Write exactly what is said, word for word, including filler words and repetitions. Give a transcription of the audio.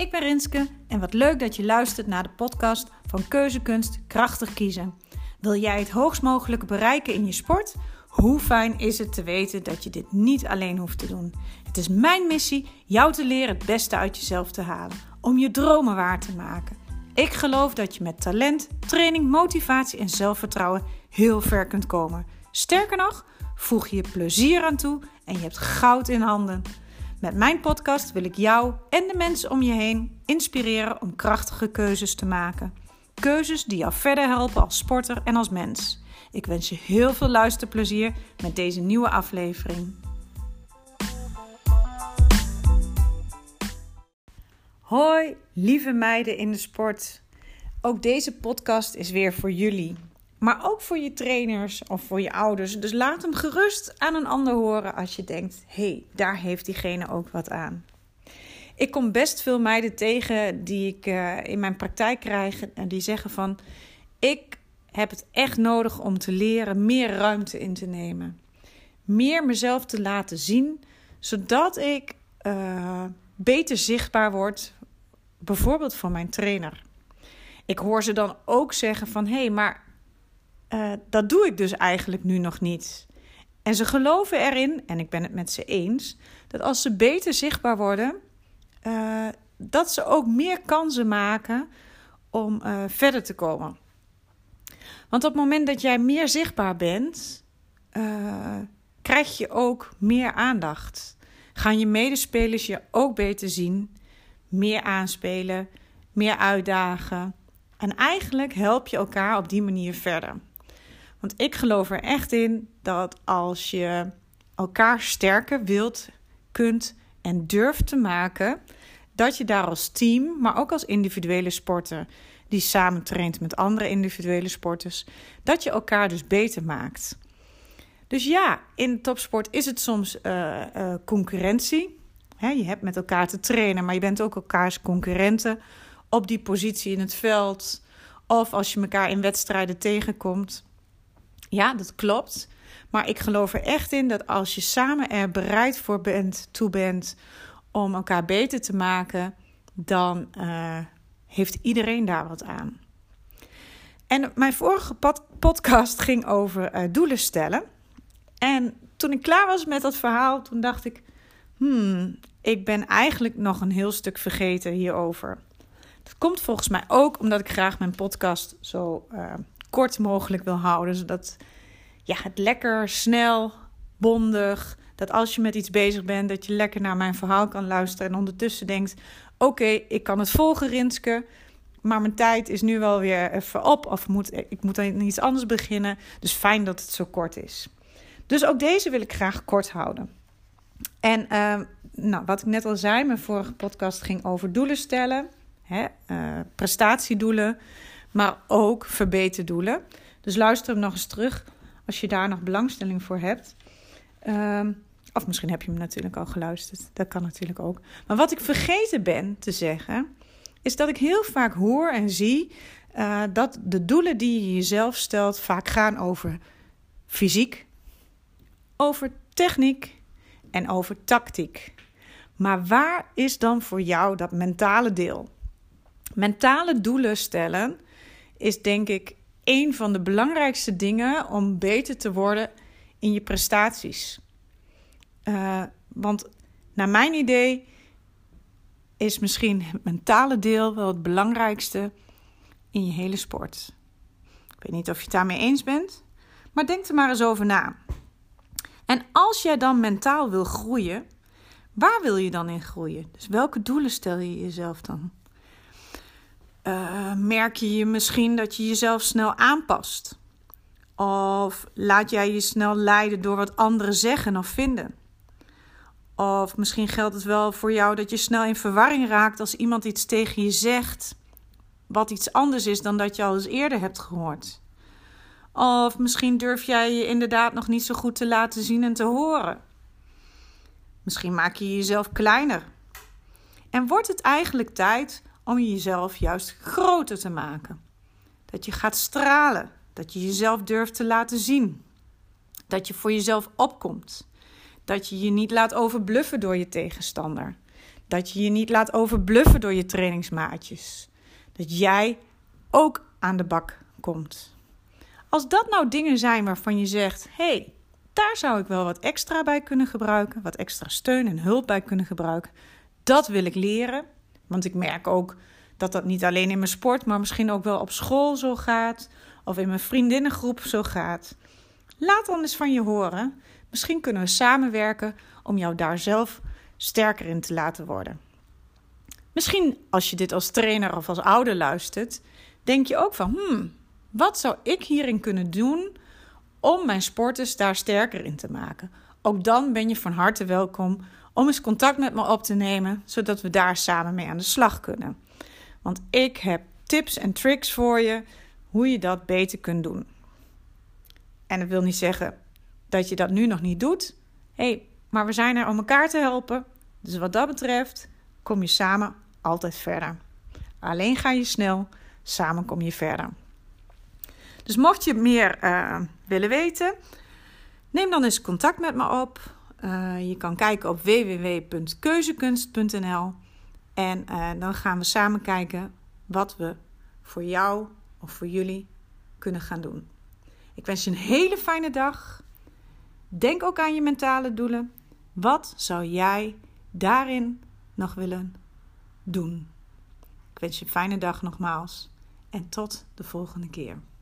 ik ben Rinske en wat leuk dat je luistert naar de podcast van Keuzekunst Krachtig Kiezen. Wil jij het hoogst mogelijke bereiken in je sport? Hoe fijn is het te weten dat je dit niet alleen hoeft te doen? Het is mijn missie jou te leren het beste uit jezelf te halen, om je dromen waar te maken. Ik geloof dat je met talent, training, motivatie en zelfvertrouwen heel ver kunt komen. Sterker nog, voeg je plezier aan toe en je hebt goud in handen. Met mijn podcast wil ik jou en de mensen om je heen inspireren om krachtige keuzes te maken. Keuzes die jou verder helpen als sporter en als mens. Ik wens je heel veel luisterplezier met deze nieuwe aflevering. Hoi, lieve meiden in de sport. Ook deze podcast is weer voor jullie. Maar ook voor je trainers of voor je ouders. Dus laat hem gerust aan een ander horen als je denkt, hé, hey, daar heeft diegene ook wat aan. Ik kom best veel meiden tegen die ik uh, in mijn praktijk krijg. En die zeggen van, ik heb het echt nodig om te leren meer ruimte in te nemen. Meer mezelf te laten zien, zodat ik uh, beter zichtbaar word. Bijvoorbeeld van mijn trainer. Ik hoor ze dan ook zeggen van, hé, hey, maar uh, dat doe ik dus eigenlijk nu nog niet. En ze geloven erin, en ik ben het met ze eens, dat als ze beter zichtbaar worden, uh, dat ze ook meer kansen maken om uh, verder te komen. Want op het moment dat jij meer zichtbaar bent, uh, krijg je ook meer aandacht. Gaan je medespelers je ook beter zien, meer aanspelen, meer uitdagen. En eigenlijk help je elkaar op die manier verder. Want ik geloof er echt in dat als je elkaar sterker wilt, kunt en durft te maken, dat je daar als team, maar ook als individuele sporter die samen traint met andere individuele sporters, dat je elkaar dus beter maakt. Dus ja, in topsport is het soms uh, uh, concurrentie. He, je hebt met elkaar te trainen, maar je bent ook elkaars concurrenten op die positie in het veld. Of als je elkaar in wedstrijden tegenkomt. Ja, dat klopt. Maar ik geloof er echt in dat als je samen er bereid voor bent, toe bent om elkaar beter te maken, dan uh, heeft iedereen daar wat aan. En mijn vorige pod- podcast ging over uh, doelen stellen. En toen ik klaar was met dat verhaal, toen dacht ik, hmm, ik ben eigenlijk nog een heel stuk vergeten hierover. Dat komt volgens mij ook omdat ik graag mijn podcast zo uh, kort mogelijk wil houden. Zodat ja, het lekker, snel, bondig, dat als je met iets bezig bent, dat je lekker naar mijn verhaal kan luisteren. En ondertussen denkt, oké, okay, ik kan het volgen, Rinske. Maar mijn tijd is nu wel weer even op. Of moet, ik moet aan iets anders beginnen. Dus fijn dat het zo kort is. Dus ook deze wil ik graag kort houden. En uh, nou, wat ik net al zei, mijn vorige podcast ging over doelen stellen. Hè, uh, prestatiedoelen, maar ook verbeterdoelen. Dus luister hem nog eens terug als je daar nog belangstelling voor hebt. Uh, of misschien heb je hem natuurlijk al geluisterd. Dat kan natuurlijk ook. Maar wat ik vergeten ben te zeggen, is dat ik heel vaak hoor en zie uh, dat de doelen die je jezelf stelt vaak gaan over fysiek, over techniek en over tactiek. Maar waar is dan voor jou dat mentale deel? Mentale doelen stellen is denk ik een van de belangrijkste dingen om beter te worden in je prestaties. Uh, want naar mijn idee is misschien het mentale deel wel het belangrijkste in je hele sport. Ik weet niet of je het daarmee eens bent, maar denk er maar eens over na. En als jij dan mentaal wil groeien, waar wil je dan in groeien? Dus welke doelen stel je jezelf dan? Uh, merk je je misschien dat je jezelf snel aanpast? Of laat jij je snel leiden door wat anderen zeggen of vinden? Of misschien geldt het wel voor jou dat je snel in verwarring raakt als iemand iets tegen je zegt wat iets anders is dan dat je al eens eerder hebt gehoord. Of misschien durf jij je inderdaad nog niet zo goed te laten zien en te horen. Misschien maak je jezelf kleiner. En wordt het eigenlijk tijd om jezelf juist groter te maken? Dat je gaat stralen. Dat je jezelf durft te laten zien. Dat je voor jezelf opkomt. Dat je je niet laat overbluffen door je tegenstander. Dat je je niet laat overbluffen door je trainingsmaatjes. Dat jij ook aan de bak komt. Als dat nou dingen zijn waarvan je zegt, hé, hey, daar zou ik wel wat extra bij kunnen gebruiken. Wat extra steun en hulp bij kunnen gebruiken. Dat wil ik leren. Want ik merk ook dat dat niet alleen in mijn sport, maar misschien ook wel op school zo gaat. Of in mijn vriendinnengroep zo gaat. Laat dan eens van je horen. Misschien kunnen we samenwerken om jou daar zelf sterker in te laten worden. Misschien als je dit als trainer of als ouder luistert, denk je ook van, hmm, wat zou ik hierin kunnen doen om mijn sporters daar sterker in te maken? Ook dan ben je van harte welkom om eens contact met me op te nemen, zodat we daar samen mee aan de slag kunnen. Want ik heb tips en tricks voor je hoe je dat beter kunt doen. En dat wil niet zeggen dat je dat nu nog niet doet. Hey, maar we zijn er om elkaar te helpen. Dus wat dat betreft kom je samen altijd verder. Alleen ga je snel, samen kom je verder. Dus mocht je meer uh, willen weten, neem dan eens contact met me op. Uh, je kan kijken op w w w punt keuzekunst punt n l en uh, dan gaan we samen kijken wat we voor jou of voor jullie kunnen gaan doen. Ik wens je een hele fijne dag. Denk ook aan je mentale doelen. Wat zou jij daarin nog willen doen? Ik wens je een fijne dag nogmaals en tot de volgende keer.